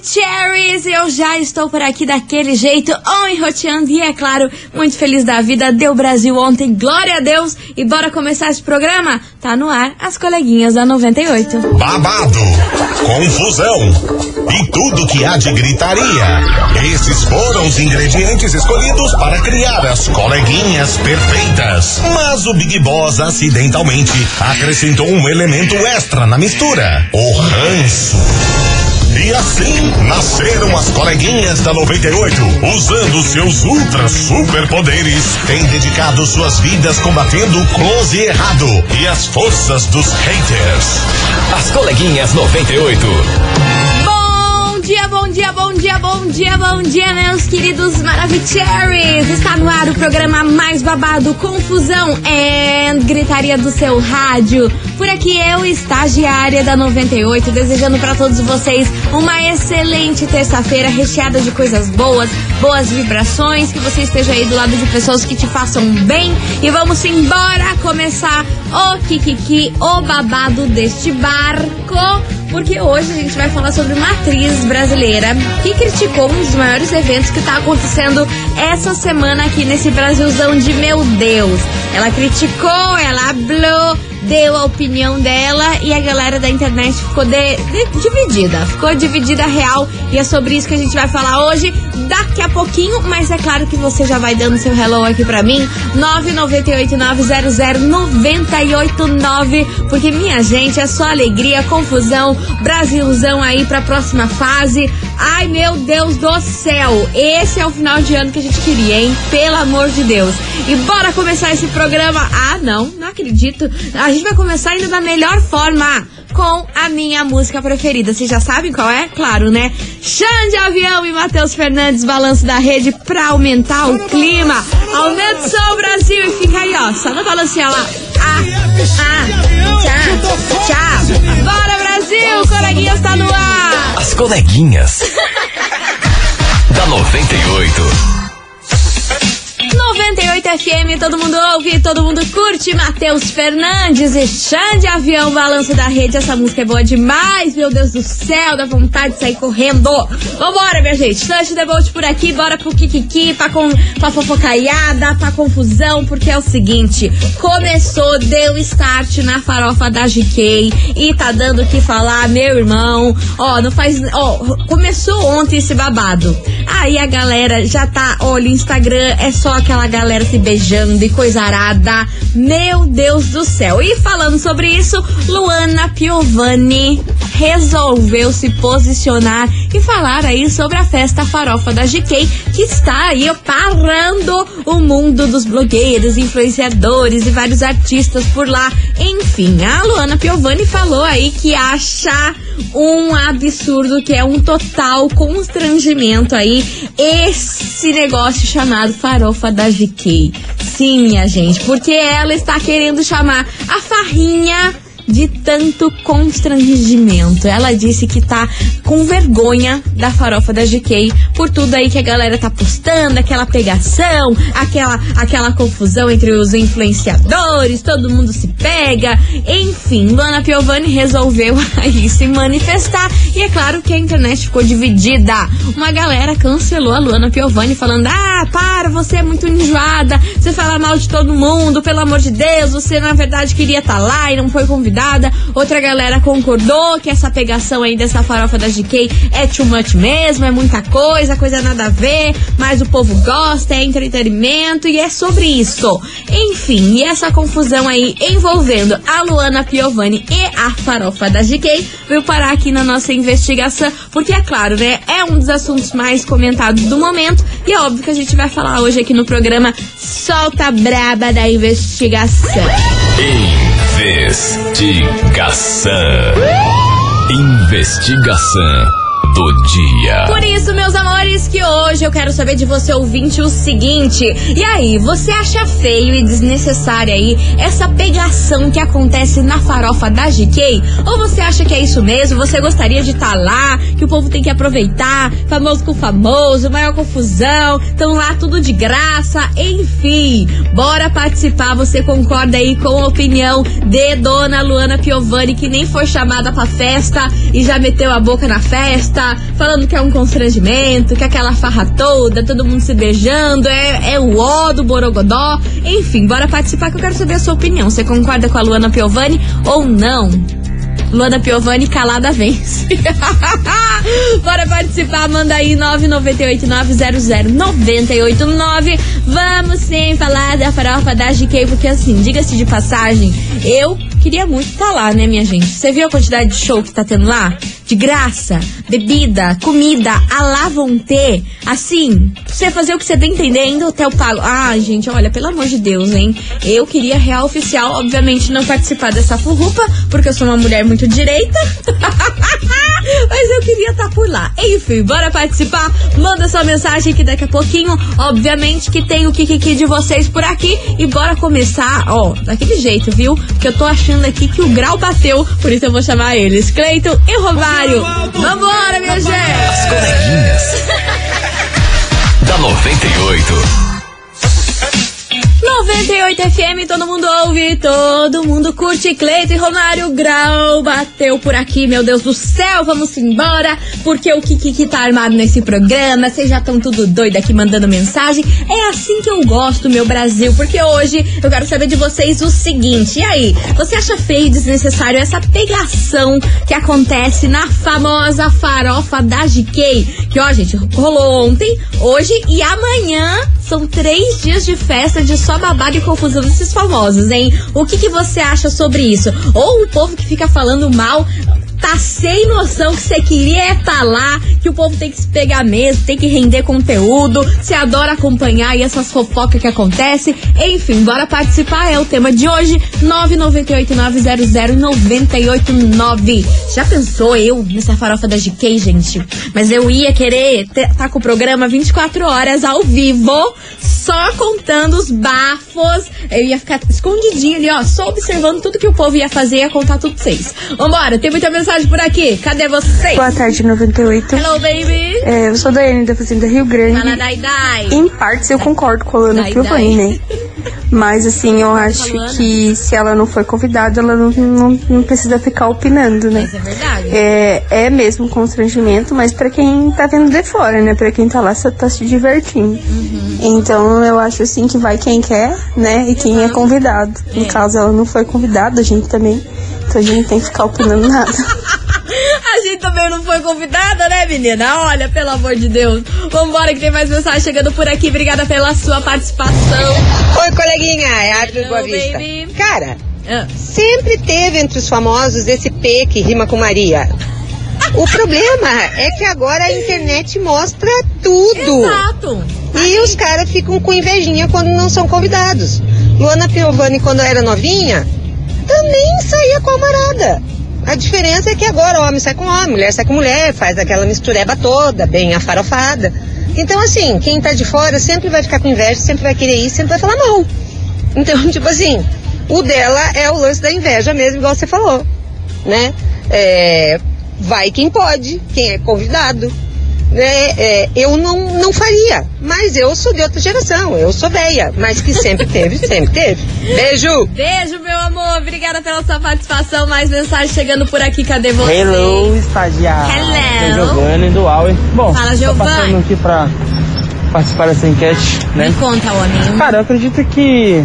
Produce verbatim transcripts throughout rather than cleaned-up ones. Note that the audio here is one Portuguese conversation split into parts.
Maravicheries, eu já estou por aqui daquele jeito, on enroteando e é claro, muito feliz da vida, deu Brasil ontem, glória a Deus, e bora começar esse programa? Tá no ar, as coleguinhas da noventa e oito. Babado, confusão e tudo que há de gritaria, esses foram os ingredientes escolhidos para criar as coleguinhas perfeitas, mas o Big Boss acidentalmente acrescentou um elemento extra na mistura, o ranço. E assim nasceram as coleguinhas da noventa e oito, usando seus ultra superpoderes, têm dedicado suas vidas combatendo o close errado e as forças dos haters. As coleguinhas noventa e oito. Bom dia, bom dia, bom dia, bom dia, bom dia, meus queridos Maravicheries! Está no ar o programa mais babado, confusão e gritaria do seu rádio. Por aqui eu, estagiária da noventa e oito, desejando para todos vocês uma excelente terça-feira recheada de coisas boas, boas vibrações, que você esteja aí do lado de pessoas que te façam bem. E vamos embora começar o Kikiki, o babado deste barco, porque hoje a gente vai falar sobre uma atriz brasileira que criticou um dos maiores eventos que está acontecendo essa semana aqui nesse Brasilzão de meu Deus. Ela criticou, ela falou, deu a opinião dela e a galera da internet ficou de, de, dividida, ficou dividida real, e é sobre isso que a gente vai falar hoje, daqui a pouquinho, mas é claro que você já vai dando seu hello aqui pra mim, nove nove oito nove zero zero nove oito nove, porque minha gente, é só alegria, confusão, Brasilzão aí pra próxima fase. Ai meu Deus do céu, esse é o final de ano que a gente queria, hein? Pelo amor de Deus. E bora começar esse programa. Ah não, não acredito, a gente vai começar ainda da melhor forma, com a minha música preferida. Vocês já sabem qual é? Claro, né? Xande Avião e Matheus Fernandes, Balanço da Rede, pra aumentar o clima. Aumenta o som, Brasil, e fica aí, ó, só no balancinho lá. Ah, ah, tchau, tchau. Bora, Brasil, coleguinhas tá no ar. As coleguinhas da noventa e oito. noventa e oito F M, todo mundo ouve, todo mundo curte. Matheus Fernandes e Xande Avião, Balanço da Rede. Essa música é boa demais, meu Deus do céu, dá vontade de sair correndo. Vambora, minha gente, Touch the Boat por aqui, bora pro Kikiki, pra, com, pra fofocaiada, pra confusão, porque é o seguinte, começou, deu start na farofa da G K e tá dando o que falar, meu irmão. Ó, não faz, ó, começou ontem esse babado. Aí a galera já tá, olha, o Instagram é só aquela galera se beijando e coisa arada. Meu Deus do céu. E falando sobre isso, Luana Piovani resolveu se posicionar e falar aí sobre a festa farofa da G K, que está aí parando o mundo dos blogueiros, influenciadores e vários artistas por lá. Enfim, a Luana Piovani falou aí que acha um absurdo, que é um total constrangimento aí esse negócio chamado farofa da G K. Sim, minha gente, porque ela está querendo chamar a farrinha de tanto constrangimento. Ela disse que tá com vergonha da farofa da G K por tudo aí que a galera tá postando, aquela pegação, aquela, aquela confusão entre os influenciadores, todo mundo se pega, enfim, Luana Piovani resolveu aí se manifestar, e é claro que a internet ficou dividida. Uma galera cancelou a Luana Piovani falando, ah, para, você é muito enjoada, você fala mal de todo mundo, pelo amor de Deus, você na verdade queria estar lá e não foi convidada. Outra galera concordou que essa pegação aí dessa farofa da G K é too much mesmo, é muita coisa, coisa nada a ver, mas o povo gosta, é entretenimento e é sobre isso. Enfim, e essa confusão aí envolvendo a Luana Piovani e a farofa da G K veio parar aqui na nossa investigação, porque é claro, né, é um dos assuntos mais comentados do momento, e é óbvio que a gente vai falar hoje aqui no programa Solta Braba da Investigação. Investigação. Investigação do dia. Por isso, meus amores, que hoje eu quero saber de você, ouvinte, o seguinte: e aí, você acha feio e desnecessária aí essa pegação que acontece na farofa da G K? Ou você acha que é isso mesmo? Você gostaria de estar tá lá, que o povo tem que aproveitar, famoso com famoso, maior confusão, tão lá tudo de graça, enfim, bora participar. Você concorda aí com a opinião de dona Luana Piovani, que nem foi chamada pra festa e já meteu a boca na festa? festa, falando que é um constrangimento, que é aquela farra toda, todo mundo se beijando, é, é o ó do Borogodó. Enfim, bora participar que eu quero saber a sua opinião. Você concorda com a Luana Piovani ou não? Luana Piovani, calada vence. Bora participar, manda aí nove nove oito nove zero zero nove oito nove. Vamos sim falar da farofa da G K, porque assim, diga-se de passagem, eu queria muito estar lá, né, minha gente? Você viu a quantidade de show que tá tendo lá? De graça, bebida, comida, à la vontade. Assim, você fazer o que você tá entendendo, hotel pago. Ah, gente, olha, pelo amor de Deus, hein? Eu queria real oficial, obviamente, não participar dessa furrupa, porque eu sou uma mulher muito direita. Mas eu queria estar por lá. Enfim, bora participar. Manda sua mensagem que daqui a pouquinho, obviamente, que tem o Kikiki de vocês por aqui. E bora começar, ó, daquele jeito, viu? Porque eu tô achando aqui que o grau bateu. Por isso eu vou chamar eles, Cleiton e Romário. Vambora, minha gente! As coleguinhas da noventa e oito. noventa e oito F M, todo mundo ouve, todo mundo curte. Cleiton e Romário, grau bateu por aqui, meu Deus do céu, vamos embora, porque o Kikiki tá armado nesse programa, vocês já estão tudo doido aqui mandando mensagem. É assim que eu gosto, meu Brasil, porque hoje eu quero saber de vocês o seguinte: e aí, você acha feio e desnecessário essa pegação que acontece na famosa farofa da G K? Que ó, gente, rolou ontem, hoje e amanhã. São três dias de festa de só babado e confusão desses famosos, hein? O que, que você acha sobre isso? Ou o povo que fica falando mal tá sem noção que você queria estar lá, que o povo tem que se pegar mesmo, tem que render conteúdo, você adora acompanhar aí essas fofocas que acontecem. Enfim, bora participar, é o tema de hoje, nove nove oito nove zero zero nove oito nove. Já pensou eu nessa farofa da G K, gente? Mas eu ia querer ter, tá com o programa vinte e quatro horas ao vivo, só contando os bafos. Eu ia ficar escondidinho ali, ó, só observando tudo que o povo ia fazer e ia contar tudo pra vocês. Vambora, tem muita mensagem por aqui. Cadê vocês? Boa tarde, noventa e oito. Hello, baby. É, eu sou a Daiane da Fazenda Rio Grande. Fala, Dai, Dai. Em partes eu concordo com a Luana Dai, Piovani, Dai. né? Mas assim, eu acho que se ela não foi convidada, ela não, não, não precisa ficar opinando, né? Mas é verdade. É, é mesmo um constrangimento, mas pra quem tá vendo de fora, né? Pra quem tá lá, só tá se divertindo. Uhum. Então eu acho assim que vai quem quer, né? E quem é convidado. No É. caso, ela não foi convidada, a gente também. Então a gente não tem que ficar opinando nada. A gente também não foi convidada, né, menina? Olha, pelo amor de Deus. Vambora que tem mais mensagem chegando por aqui. Obrigada pela sua participação. Oi, coleguinha, é a Arthur Boa Vista. Baby. Cara, Ah. sempre teve entre os famosos esse P que rima com Maria. O problema é que agora a internet mostra tudo. Exato. E os caras ficam com invejinha quando não são convidados. Luana Piovani, quando era novinha, também saía com a marada. A diferença é que agora homem sai com homem, mulher sai com mulher, faz aquela mistureba toda, bem afarofada. Então, assim, quem tá de fora sempre vai ficar com inveja, sempre vai querer ir, sempre vai falar mal. Então, tipo assim, o dela é o lance da inveja mesmo, igual você falou, né? É, vai quem pode, quem é convidado. É, é, eu não, não faria, mas eu sou de outra geração, eu sou velha, mas que sempre teve, sempre teve. Beijo! Beijo, meu amor. Obrigada pela sua participação. Mais mensagem chegando por aqui. Cadê você? Hello, estagiário. Hello. Sou Giovanni do Auer. Bom, Fala, tô Giovanni. passando aqui pra participar dessa enquete, né? Me conta, homem. Cara, eu acredito que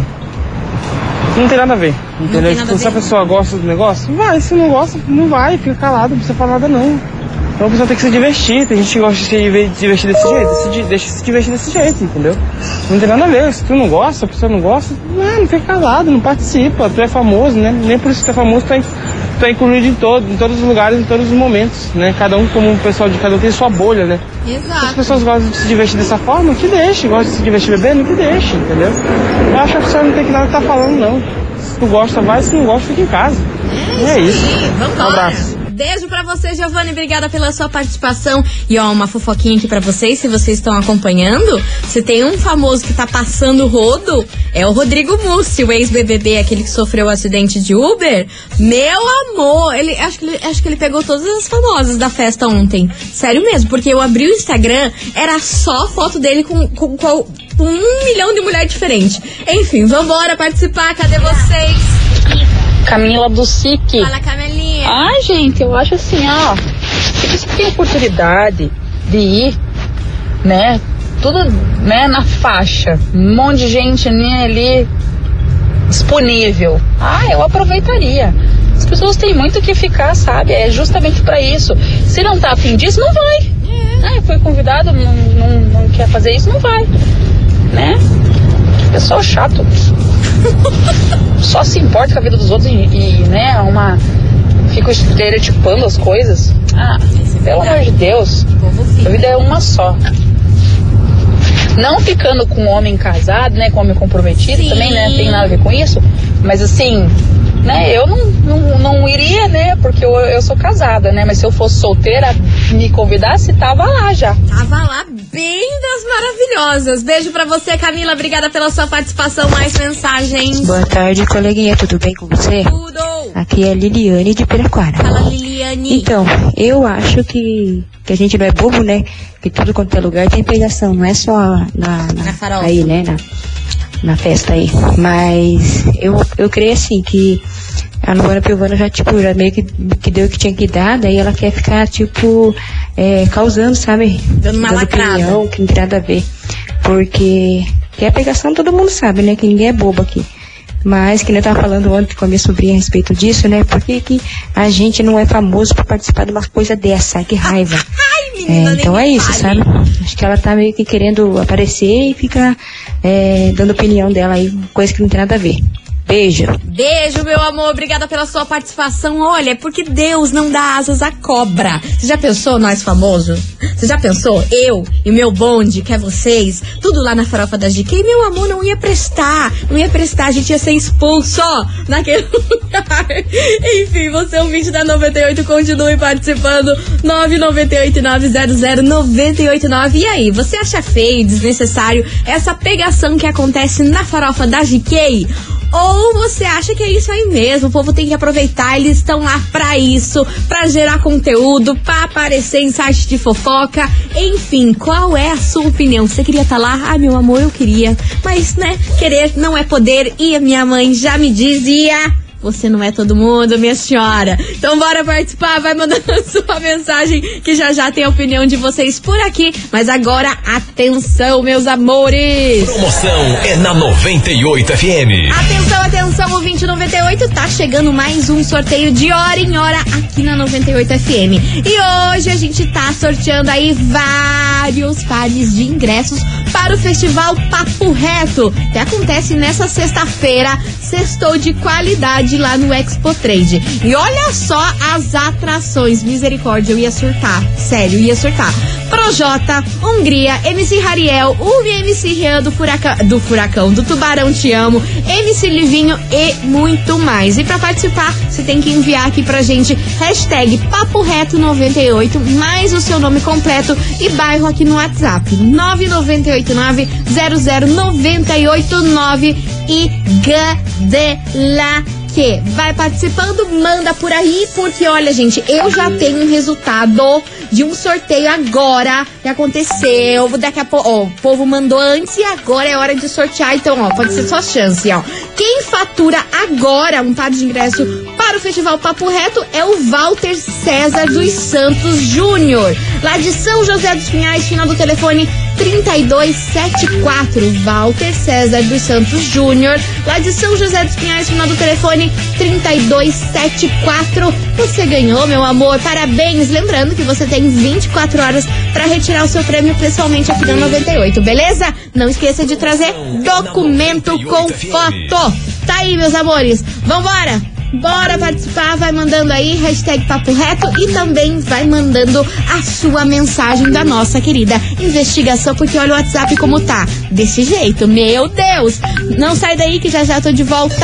não tem nada a ver, entendeu? tem nada Tipo, a se a ver? pessoa gosta do negócio, vai. Se não gosta, não vai, fica calado, não precisa falar nada não. Então a pessoa tem que se divertir, tem gente que gosta de se diver- divertir desse jeito, se di- deixa se divertir desse jeito, entendeu? Não tem nada a ver, se tu não gosta, a pessoa não gosta, não, não fica calado, não participa, tu é famoso, né? Nem por isso que tu é famoso, tu é, tu é incluído em, todo, em todos os lugares, em todos os momentos, né? Cada um, como o pessoal de cada um tem sua bolha, né? Se as Exato. pessoas gostam de se divertir dessa forma, que deixe, gostam de se divertir bebendo, que deixe, entendeu? Eu acho que a pessoa não tem que nada estar falando, não. Se tu gosta, vai, se não gosta, fica em casa. E é isso. Vambora. Um abraço. Beijo pra você, Giovanni. Obrigada pela sua participação. E ó, uma fofoquinha aqui pra vocês, se vocês estão acompanhando. Se tem um famoso que tá passando o rodo, é o Rodrigo Mussi, o ex-B B B, aquele que sofreu o acidente de Uber. Meu amor, ele acho que ele, acho que ele pegou todas as famosas da festa ontem. Sério mesmo, porque eu abri o Instagram, era só foto dele com, com, com, com um milhão de mulheres diferentes. Enfim, vambora participar. Cadê vocês? Camila do S I C. Fala, Camelinha. Ai, gente, eu acho assim, ó. Porque se tem oportunidade de ir, né, tudo, né, na faixa, um monte de gente, né, ali disponível, ah, eu aproveitaria. As pessoas têm muito o que ficar, sabe? É justamente pra isso. Se não tá afim disso, não vai. Ah, foi convidado, não, não, não quer fazer isso, não vai, né? Pessoal chato. Só se importa com a vida dos outros e, e né, uma... Fica estereotipando as coisas. Ah, pelo amor de Deus, a vida é uma só. Não ficando com um homem casado, né, com um homem comprometido, sim, também, né, tem nada a ver com isso. Mas assim, né, eu não, não, não iria, né, porque eu, eu sou casada, né, mas se eu fosse solteira, me convidasse, tava lá já. Tava lá bem das maravilhosas. Beijo pra você, Camila, obrigada pela sua participação, mais mensagens. Boa tarde, coleguinha, tudo bem com você? Tudo. Aqui é a Liliane de Piraquara. Fala, Liliane. Então, eu acho que, que a gente não é bobo, né, que tudo quanto é lugar tem pegação, não é só na, na, na farofa. Aí, né, na, na festa aí. Mas eu, eu creio assim que a Luana Piovani já, tipo, já meio que, que deu o que tinha que dar, daí ela quer ficar, tipo, é, causando, sabe? Dando uma lacrada. Opinião, que não tem nada a ver. Porque que a pegação todo mundo sabe, né? Que ninguém é bobo aqui. Mas, que nem eu tava falando ontem com a minha sobrinha a respeito disso, né? Por que que a gente não é famoso por participar de uma coisa dessa? Que raiva. Ai, menina, é, então é isso, fale. sabe? Acho que ela tá meio que querendo aparecer e fica é, dando opinião dela aí, coisa que não tem nada a ver. Beijo. Beijo, meu amor. Obrigada pela sua participação. Olha, porque Deus não dá asas à cobra. Você já pensou, nós famosos? Você já pensou? Eu e o meu bonde, que é vocês, tudo lá na farofa da G K, meu amor, não ia prestar. Não ia prestar, a gente ia ser expulso naquele lugar. Enfim, você é um ouvinte da noventa e oito, continue participando. nove nove oito nove zero zero nove oito nove. E aí, você acha feio e desnecessário essa pegação que acontece na farofa da G K? Ou você acha que é isso aí mesmo? O povo tem que aproveitar, eles estão lá pra isso, pra gerar conteúdo, pra aparecer em site de fofoca. Enfim, qual é a sua opinião? Você queria estar lá? Ah, meu amor, eu queria. Mas, né, querer não é poder. E a minha mãe já me dizia... Você não é todo mundo, minha senhora. Então bora participar, vai mandando a sua mensagem, que já já tem a opinião de vocês por aqui. Mas agora, atenção, meus amores. Promoção é na noventa e oito F M. Atenção, atenção, ouvinte noventa e oito, tá chegando mais um sorteio de hora em hora aqui na noventa e oito F M. E hoje a gente tá sorteando aí vários pares de ingressos para o Festival Papo Reto, que acontece nessa sexta-feira, sextou de qualidade lá no Expo Trade. E olha só as atrações, misericórdia, eu ia surtar, sério, eu ia surtar. Projota, Hungria, M C Rariel, o M C Rian do Furacão, do Furacão, do Tubarão Te Amo, M C Livinho e muito mais. E pra participar, você tem que enviar aqui pra gente hashtag Papo Reto noventa e oito, mais o seu nome completo e bairro aqui no WhatsApp, nove nove oito nove zero zero nove oito nove e Gadela. Que vai participando, manda por aí, porque olha, gente, eu já tenho um resultado de um sorteio agora que aconteceu. Daqui a pouco, ó, o povo mandou antes e agora é hora de sortear. Então, ó, pode ser sua chance, ó. Quem fatura agora um par de ingresso para o Festival Papo Reto é o Walter César dos Santos Júnior, lá de São José dos Pinhais, final do telefone trinta e dois setenta e quatro. Walter César dos Santos Júnior, lá de São José dos Pinhais, final do telefone trinta e dois setenta e quatro. Você ganhou, meu amor, parabéns. Lembrando que você tem vinte e quatro horas para retirar o seu prêmio pessoalmente aqui na noventa e oito, beleza? Não esqueça de trazer documento com foto. Tá aí, meus amores, vambora! Bora participar, vai mandando aí hashtag Papo Reto e também vai mandando a sua mensagem da nossa querida investigação, porque olha o WhatsApp como tá, desse jeito, meu Deus. Não sai daí que já já tô de volta.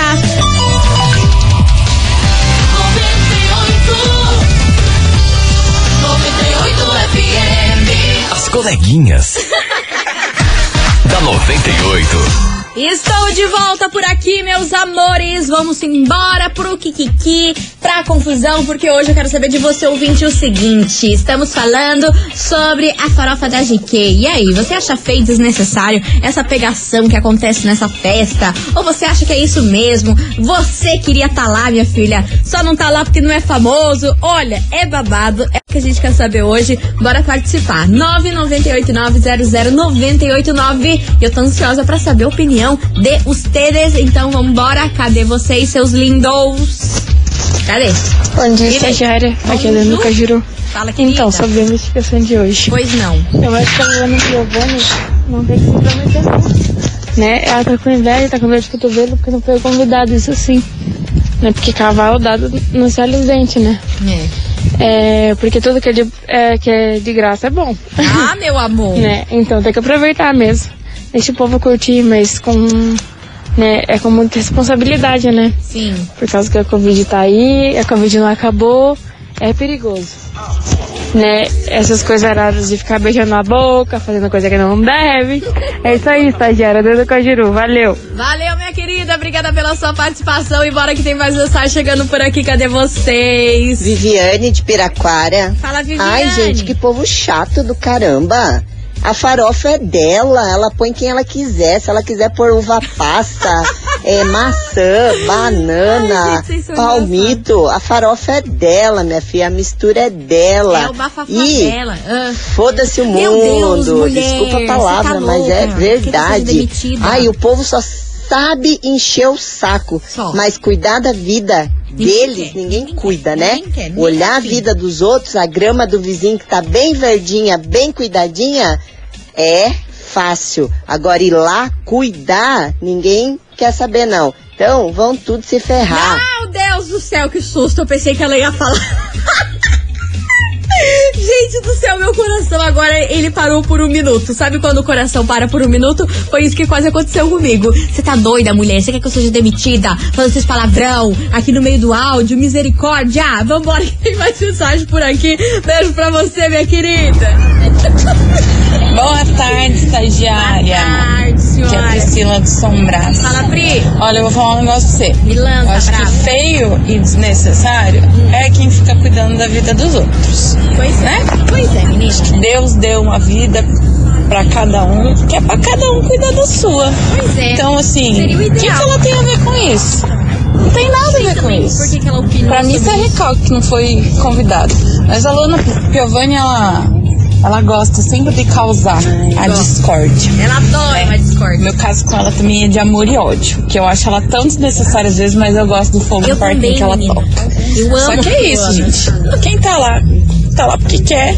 As coleguinhas da noventa e oito. Estou de volta por aqui, meus amores. Vamos embora pro Kikiki, pra confusão, porque hoje eu quero saber de você, ouvinte, o seguinte. Estamos falando sobre a farofa da G Q. E aí, você acha feio e desnecessário essa pegação que acontece nessa festa? Ou você acha que é isso mesmo? Você queria estar tá lá, minha filha, só não tá lá porque não é famoso? Olha, é babado, é o que a gente quer saber hoje. Bora participar. nove nove oito nove zero zero nove oito nove. Eu tô ansiosa pra saber a opinião de ustedes, então vambora. Cadê vocês, seus lindos? Cadê? Bom dia, estagiária. Aqui é a Lucas Juru. Fala, querida. Então, sobre a investigação de hoje. Pois não. Eu acho que a Luana Piovani não tem que se comprometer, não. Né? Ela tá com inveja, tá com dor de cotovelo porque não foi convidada, isso sim. Né? Porque cavalo dado não se alisa os dentes, né? É. É, porque tudo que é, de, é, que é de graça é bom. Ah, meu amor. Né? Então tem que aproveitar mesmo. Deixa o povo curtir, mas com, né, é com muita responsabilidade, né? Sim. Por causa que a Covid tá aí, a Covid não acabou, é perigoso. Né? Essas coisas raras de ficar beijando a boca, fazendo coisa que não deve. É isso aí, estagiária do Cajiru. Valeu. Valeu, minha querida. Obrigada pela sua participação. E bora que tem mais mensagem chegando por aqui. Cadê vocês? Viviane de Piraquara. Fala, Viviane. Ai, gente, que povo chato do caramba. A farofa é dela, ela põe quem ela quiser. Se ela quiser pôr uva passa, é, maçã, banana, ai, gente, palmito, a farofa é dela, minha filha, a mistura é dela. É o bafafá e dela. Ah. Foda-se o Meu mundo, Deus, mulher, desculpa a palavra, tá mas louca, é verdade. Ai, o povo só sabe encher o saco, só. Mas cuidar da vida deles, ninguém, ninguém cuida, né? Ninguém quer, ninguém Olhar a vida dos outros, a grama do vizinho que tá bem verdinha, bem cuidadinha, é fácil. Agora ir lá cuidar, ninguém quer saber não. Então, vão tudo se ferrar. Meu Deus do céu, que susto. Eu pensei que ela ia falar. Gente do céu, meu coração agora, ele parou por um minuto. Sabe quando o coração para por um minuto? Foi isso que quase aconteceu comigo. Você tá doida, mulher? Você quer que eu seja demitida? Falando esses palavrão aqui no meio do áudio, misericórdia. Vambora que tem mais mensagem por aqui. Beijo pra você, minha querida. Boa tarde, estagiária. Boa tarde, senhora. Que é a Priscila de São Brás. Fala, Pri. Olha, eu vou falar um negócio pra você. Me lança, eu acho brava. que feio e desnecessário hum. é quem fica cuidando da vida dos outros. Pois né? é, pois é, menina. Deus deu uma vida pra cada um, que é pra cada um cuidar da sua. Pois é. Então, assim, o que, que ela tem a ver com isso? Não tem nada a ver com isso. Por que que ela opina? Pra mim, isso é recalque que não foi convidado. Mas a Luana Piovani, ela, ela gosta sempre de causar Ai, a gosto. discórdia. Ela adora é. uma discórdia. Meu caso com ela também é de amor e ódio. Que eu acho ela tão desnecessária às vezes, mas eu gosto do fogo no parquinho que ela menina. toca. Eu amo. Só que é isso, gente. Quem tá lá, tá lá porque quer.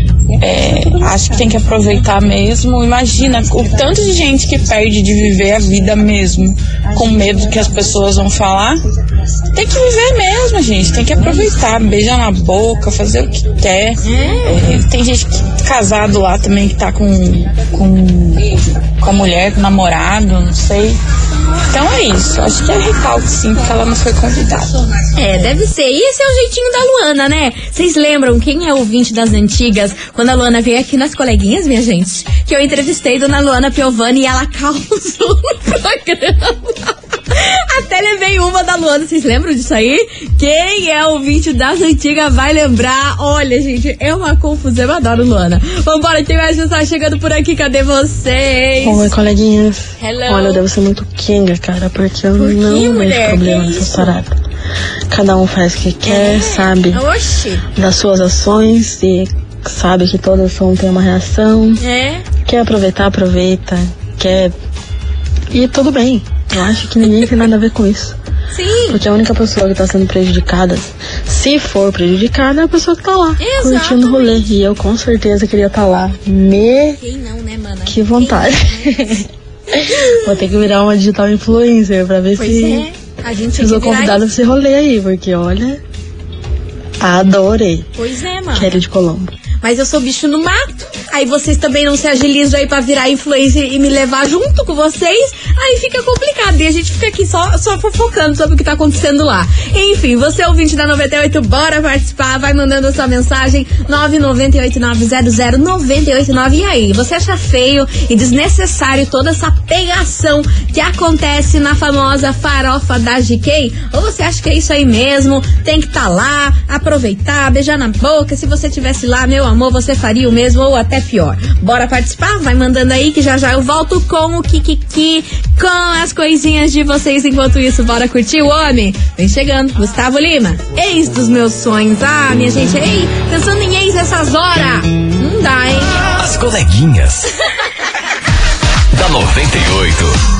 É, acho que tem que aproveitar mesmo. Imagina o tanto de gente que perde de viver a vida mesmo, com medo que as pessoas vão falar. Tem que viver mesmo, gente. Tem que aproveitar, beijar na boca, fazer o que quer. É, tem gente que, casado lá também que tá com, com, com a mulher, com o namorado, não sei. Então é isso, acho que é recalque sim, porque ela não foi convidada. É, deve ser. E esse é o jeitinho da Luana, né? Vocês lembram quem é ouvinte das antigas, quando a Luana veio aqui nas coleguinhas, minha gente? Que eu entrevistei Dona Luana Piovani e ela causou no programa. Até levei uma da Luana, vocês lembram disso aí? Quem é ouvinte das antigas vai lembrar. Olha, gente, é uma confusão, eu adoro Luana. Vambora, tem mais mensagem chegando por aqui, cadê vocês? Oi, coleguinhas. Hello. Olha, eu devo ser muito kinga, cara, porque eu por não que, vejo problema nessa parada. Cada um faz o que quer, é. sabe? Oxi. Das suas ações e sabe que toda ação tem uma reação. É. Quer aproveitar, aproveita. Quer... E tudo bem. Eu acho que ninguém tem nada a ver com isso. Sim. Porque a única pessoa que tá sendo prejudicada, se for prejudicada, é a pessoa que tá lá. Exatamente. Curtindo o rolê. E eu com certeza queria estar tá lá. Me... Quem não, né, mana? Que vontade. Vou ter que virar uma digital influencer pra ver pois se... é. A gente eu sou convidada pra esse rolê aí, porque olha... Adorei. Pois é, mano. Kelly de Colombo. Mas eu sou bicho no mato. aí vocês também não se agilizam aí pra virar influencer e me levar junto com vocês, aí fica complicado. E a gente fica aqui só, só fofocando sobre o que tá acontecendo lá. Enfim, você ouvinte da noventa e oito, bora participar, vai mandando a sua mensagem nove nove oito nove zero zero nove oito nove. E aí, você acha feio e desnecessário toda essa pegação que acontece na famosa farofa da G K? Ou você acha que é isso aí mesmo? Tem que estar lá, aproveitar, beijar na boca. Se você tivesse lá, meu amor, você faria o mesmo ou até pior. Bora participar? Vai mandando aí que já já eu volto com o Kikiki, com as coisinhas de vocês. Enquanto isso, bora curtir o homem. Vem chegando, Gustavo Lima, ex dos meus sonhos. Ah, minha gente, ei, pensando em ex essas horas, não dá, hein? As coleguinhas da noventa e oito.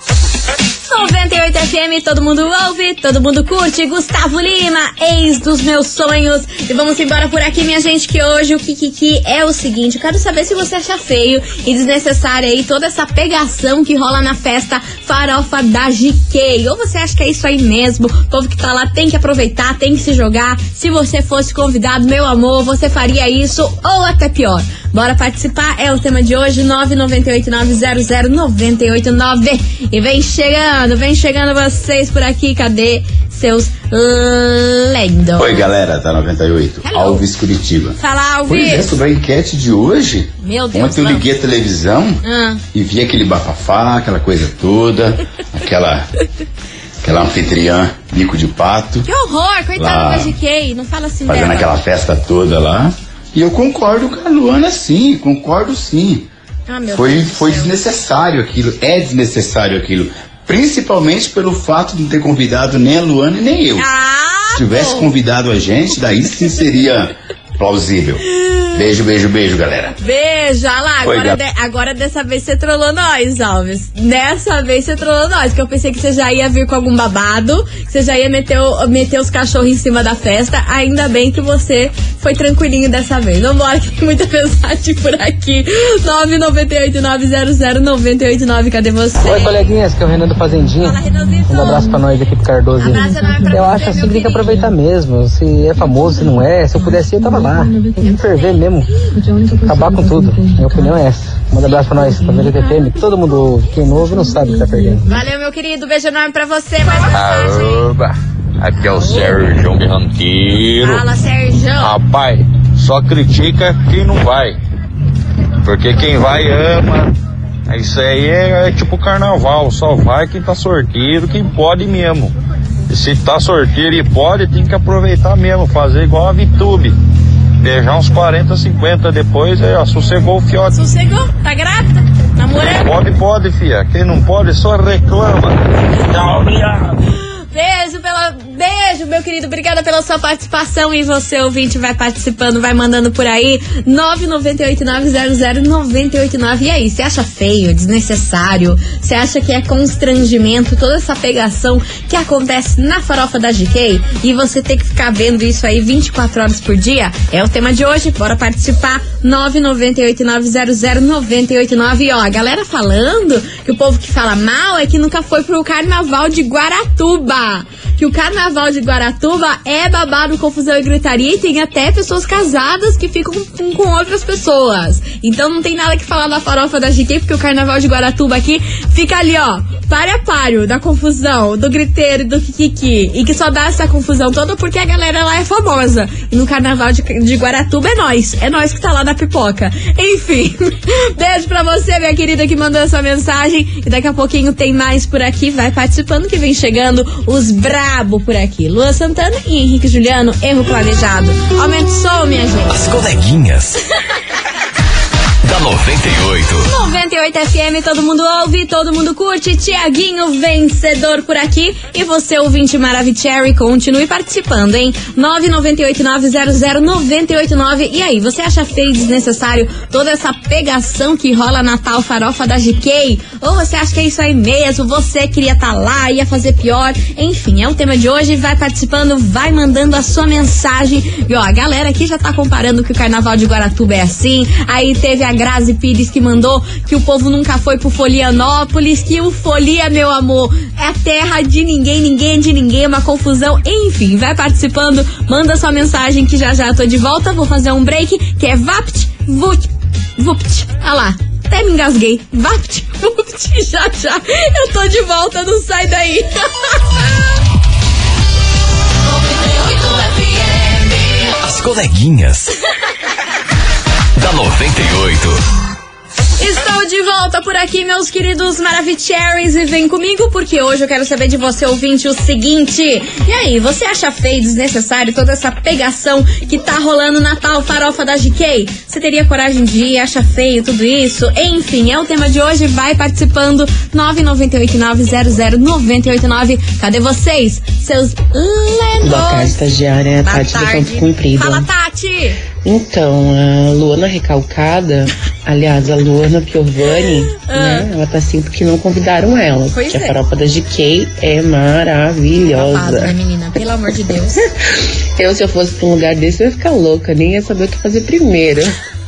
noventa e oito F M, todo mundo ouve, todo mundo curte. Gustavo Lima, ex dos meus sonhos. E vamos embora por aqui, minha gente, que hoje o Kikiki é o seguinte: eu quero saber se você acha feio e desnecessária aí toda essa pegação que rola na festa farofa da G K. Ou você acha que é isso aí mesmo? O povo que tá lá tem que aproveitar, tem que se jogar. Se você fosse convidado, meu amor, você faria isso ou até pior? Bora participar, é o tema de hoje, nove nove oito nove zero zero nove oito nove. E vem chegando, vem chegando vocês por aqui, cadê seus lendos? Oi, galera da noventa e oito, Hello. Alves Curitiba. Fala, Alves. Pois é, sobre a enquete de hoje. Meu Deus. Ontem eu liguei a televisão ah. e vi aquele bafafá, aquela coisa toda, aquela... Aquela anfitriã, bico de pato. Que horror, coitado da G K, não fala assim fazendo dela. Aquela festa toda lá. E eu concordo com a Luana, sim, concordo sim. Ah, meu foi Deus foi desnecessário aquilo, é desnecessário aquilo. Principalmente pelo fato de não ter convidado nem a Luana e nem eu. Ah, Se tivesse bom. convidado a gente, daí sim seria plausível. Beijo, beijo, beijo, galera. Beijo, olha lá, Oi, agora, gal- de, agora dessa vez você trollou nós, Alves. Dessa vez você trollou nós, que eu pensei que você já ia vir com algum babado, que você já ia meter, o, meter os cachorros em cima da festa. Ainda bem que você foi tranquilinho dessa vez. Vambora, que tem muita mensagem por aqui. nove nove oito nove zero zero nove oito nove, cadê você? Oi, coleguinhas, que é o Renan do Fazendinha. Fala, Renanzito. Um abraço pra nós aqui pro Cardoso. Abraço enorme pra Eu você, acho assim meu que tem que querido. aproveitar mesmo. Se é famoso, se não é. Se eu pudesse, eu tava lá. Tem que ferver mesmo. Acabar com tudo. Minha opinião é essa. Manda um abraço pra nós, noventa e oito F M. Todo mundo ouve. Quem não ouve não sabe o que tá perdendo. Valeu, meu querido, beijo enorme pra você. Mais mensagem. Aoba, aqui é o Sérgio Berranteiro. Fala, Sérgio. Rapaz, só critica quem não vai. Porque quem vai ama. Isso aí é, é tipo carnaval, só vai quem tá sorteiro, quem pode mesmo. E se tá sorteiro e pode, tem que aproveitar mesmo, fazer igual a VTube. Beijar uns quarenta, cinquenta depois, é, ó, sossegou o fiote. Sossegou? Tá grávida? Namorando? Pode, pode, fia. Quem não pode, só reclama. Tchau, viado. Beijo, pela... Beijo, meu querido. Obrigada pela sua participação. E você, ouvinte, vai participando, vai mandando por aí. nove nove oito nove zero zero nove oito nove. E aí, você acha feio, desnecessário? Você acha que é constrangimento toda essa pegação que acontece na farofa da G K? E você tem que ficar vendo isso aí vinte e quatro horas por dia? É o tema de hoje. Bora participar. nove nove oito nove zero zero nove oito nove. E ó, a galera falando que o povo que fala mal é que nunca foi pro carnaval de Guaratuba. Que o carnaval de Guaratuba é babado, confusão e gritaria, e tem até pessoas casadas que ficam com, com outras pessoas. Então não tem nada que falar da farofa da G K, porque o carnaval de Guaratuba aqui fica ali, ó, páreo a páreo da confusão, do griteiro e do kikiki. E que só dá essa confusão toda porque a galera lá é famosa. E no carnaval de, de Guaratuba é nós. É nós que tá lá na pipoca. Enfim, beijo pra você, minha querida, que mandou essa mensagem. E daqui a pouquinho tem mais por aqui. Vai participando que vem chegando os brabo por aqui. Luan Santana e Henrique Juliano, Erro Planejado. Aumenta o som, minha gente. As coleguinhas da noventa e oito. noventa e oito F M, todo mundo ouve, todo mundo curte. Tiaguinho vencedor por aqui. E você, ouvinte Maravicherry, continue participando, hein? nove nove oito nove zero zero nove oito nove. E aí, você acha feio e desnecessário toda essa pegação que rola na tal farofa da G K? Ou você acha que é isso aí mesmo? Você queria estar tá lá, ia fazer pior? Enfim, é o tema de hoje. Vai participando, vai mandando a sua mensagem. E ó, a galera aqui já tá comparando que o carnaval de Guaratuba é assim. Aí teve a Grazi Pires que mandou que o povo nunca foi pro Folianópolis, que o Folia, meu amor, é a terra de ninguém, ninguém de ninguém, uma confusão. Enfim, vai participando, manda sua mensagem que já já tô de volta. Vou fazer um break, que é Vapt, Vut, vupt, ah lá, até me engasguei. Vapt, vupt, já já, eu tô de volta, não sai daí. As coleguinhas da noventa e oito. Estou de volta por aqui, meus queridos Maravicheries, e vem comigo porque hoje eu quero saber de você, ouvinte, o seguinte. E aí, você acha feio, desnecessário toda essa pegação que tá rolando na tal farofa da G K? Você teria coragem de ir? Acha feio tudo isso? Enfim, é o tema de hoje, vai participando. Nove nove oito nove zero zero nove oito nove. Cadê vocês? Seus lendos. Boa tarde, estagiária. Boa Tati tarde. do Campo Comprido. Fala, Tati. Então, a Luana Recalcada, aliás, a Luana Piovani, ah. né? Ela tá assim porque não convidaram ela. Pois porque é. a farofa da G K é maravilhosa. Babado, né, menina? Pelo amor de Deus. Eu, se eu fosse pra um lugar desse, eu ia ficar louca. Nem ia saber o que fazer primeiro.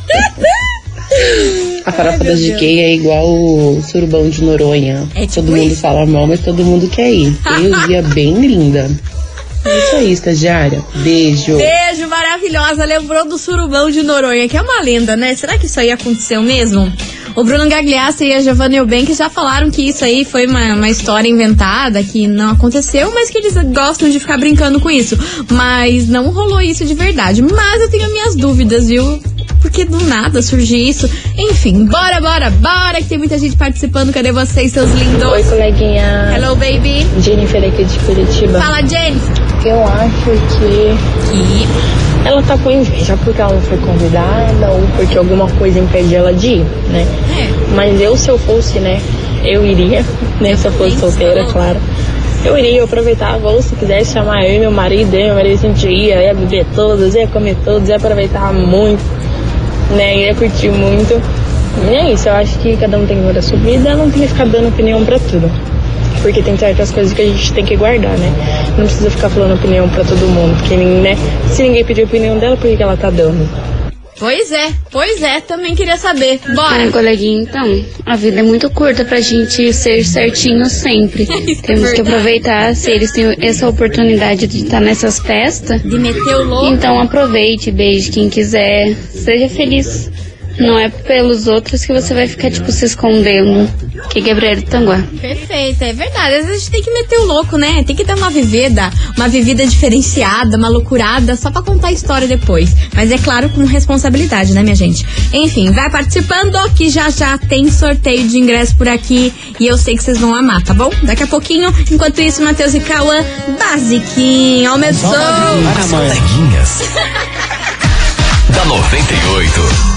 A farofa da G K é igual o surubão de Noronha. É tipo todo mundo isso? fala mal, mas todo mundo quer ir. Eu ia bem linda. É isso aí, estagiária. Beijo. Beijo, maravilhosa. Lembrou do surubão de Noronha, que é uma lenda, né? Será que isso aí aconteceu mesmo? O Bruno Gagliasso e a Giovanna Eubank já falaram que isso aí foi uma, uma história inventada, que não aconteceu, mas que eles gostam de ficar brincando com isso. Mas não rolou isso de verdade. Mas eu tenho minhas dúvidas, viu? Porque do nada surge isso. Enfim, bora, bora, bora, que tem muita gente participando. Cadê vocês, seus lindos? Oi, coleguinha. Hello, baby. Jennifer aqui de Curitiba. Fala, Jennifer. Eu acho que... que ela tá com inveja porque ela não foi convidada ou porque alguma coisa impede ela de ir, né? É. Mas eu, se eu fosse, né, eu iria, né, se eu fosse solteira, claro. Eu iria, eu aproveitava, ou se quisesse chamar eu e meu marido, eu e meu marido a gente ia, ia beber todos, ia comer todos, ia aproveitar muito, né, ia curtir muito. E é isso, eu acho que cada um tem que ver a sua vida, não tem que ficar dando opinião pra tudo. Porque tem certas coisas que a gente tem que guardar, né? Não precisa ficar falando opinião pra todo mundo, porque, né, se ninguém pedir opinião dela, por que ela tá dando? Pois é, pois é, também queria saber. Bora. Ah, coleguinha, então, a vida é muito curta pra gente ser certinho sempre. Temos é que aproveitar, se eles têm essa oportunidade de estar nessas festas. De meter o louco. Então aproveite, beije quem quiser, seja feliz. Não é pelos outros que você vai ficar, tipo, se escondendo. Que Gabriel Tanguá. Perfeito, é verdade. Às vezes a gente tem que meter o louco, né? Tem que dar uma vivida, uma vivida diferenciada, uma loucurada, só pra contar a história depois. Mas é claro, com responsabilidade, né, minha gente? Enfim, vai participando que já já tem sorteio de ingresso por aqui e eu sei que vocês vão amar, tá bom? Daqui a pouquinho, enquanto isso, Matheus e Cauã, basiquinho, aumentou. As coleguinhas da noventa e oito.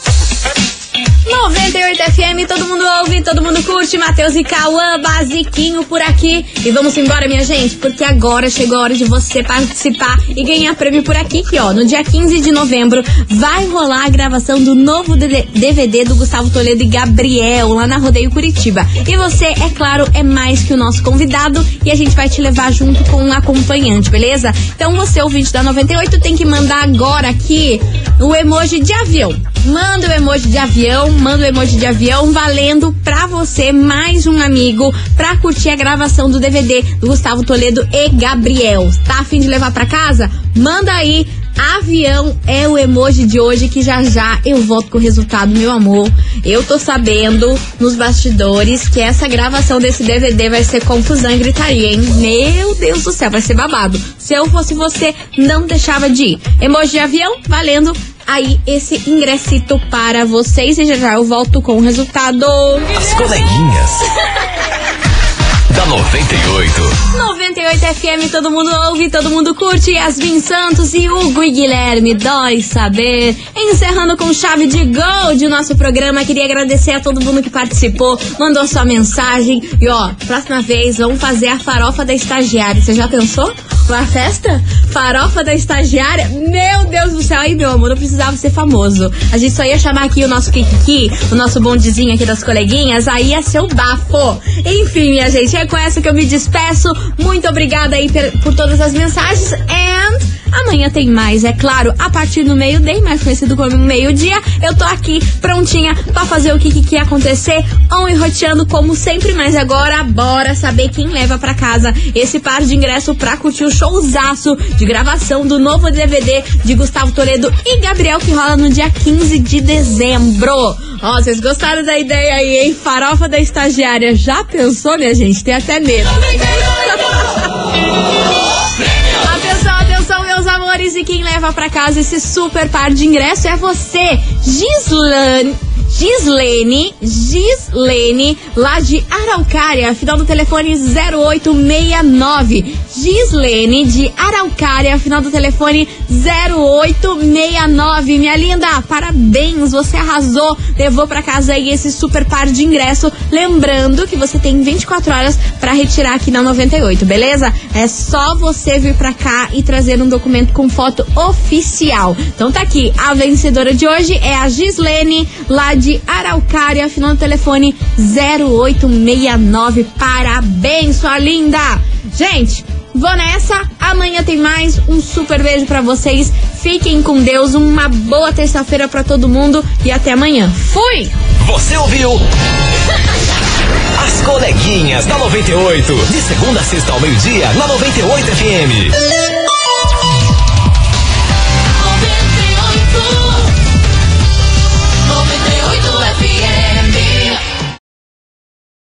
noventa e oito F M, todo mundo ouve, todo mundo curte. Matheus e Cauã, basiquinho por aqui. E vamos embora, minha gente, porque agora chegou a hora de você participar e ganhar prêmio por aqui. Que ó, no dia quinze de novembro vai rolar a gravação do novo D V D do Gustavo Toledo e Gabriel, lá na Rodeio Curitiba. E você, é claro, é mais que o nosso convidado e a gente vai te levar junto com um acompanhante, beleza? Então você, ouvinte da noventa e oito, tem que mandar agora aqui o emoji de avião. Manda o emoji de avião, manda o emoji de avião, valendo pra você mais um amigo pra curtir a gravação do D V D do Gustavo Toledo e Gabriel. Tá a fim de levar pra casa? Manda aí. Avião é o emoji de hoje, que já já eu volto com o resultado, meu amor. Eu tô sabendo nos bastidores que essa gravação desse D V D vai ser confusão e gritaria, hein? Meu Deus do céu, vai ser babado. Se eu fosse você, não deixava de ir. Emoji de avião, valendo aí esse ingressito para vocês e já já eu volto com o resultado. As coleguinhas da noventa e oito. noventa e oito F M, todo mundo ouve, todo mundo curte. Yasmin Santos e Hugo e Guilherme, dói saber. Encerrando com chave de gol de nosso programa, queria agradecer a todo mundo que participou, mandou sua mensagem. E ó, próxima vez vamos fazer a farofa da estagiária. Você já pensou? Uma festa? Farofa da estagiária? Meu Deus do céu, aí meu amor, não precisava ser famoso. A gente só ia chamar aqui o nosso Kikiki, o nosso bondezinho aqui das coleguinhas, aí ia ser o bafo. Enfim, minha gente, é com essa que eu me despeço. Muito obrigada aí por, por todas as mensagens. And Amanhã tem mais, é claro, a partir do meio-dia, mais conhecido como meio-dia, eu tô aqui prontinha pra fazer o que, que, que ia acontecer, on e roteando como sempre, mas agora bora saber quem leva pra casa esse par de ingresso pra curtir o showzaço de gravação do novo D V D de Gustavo Toledo e Gabriel, que rola no dia quinze de dezembro. Ó, vocês gostaram da ideia aí, hein? Farofa da estagiária. Já pensou, minha gente? Tem até medo. Atenção, atenção, meus amores. E quem leva pra casa esse super par de ingresso é você, Gislane. Gislene, Gislene, lá de Araucária, final do telefone zero oito seis nove. Gislene de Araucária, final do telefone zero oito seis nove. Minha linda, parabéns, você arrasou, levou pra casa aí esse super par de ingresso. Lembrando que você tem vinte e quatro horas pra retirar aqui na noventa e oito, beleza? É só você vir pra cá e trazer um documento com foto oficial. Então tá aqui, a vencedora de hoje é a Gislene, lá de Araucária, final do telefone zero oito seis nove. Parabéns, sua linda! Gente, vou nessa. Amanhã tem mais. Um super beijo pra vocês. Fiquem com Deus. Uma boa terça-feira pra todo mundo. E até amanhã. Fui! Você ouviu? As coleguinhas da noventa e oito. De segunda a sexta ao meio-dia, na noventa e oito F M.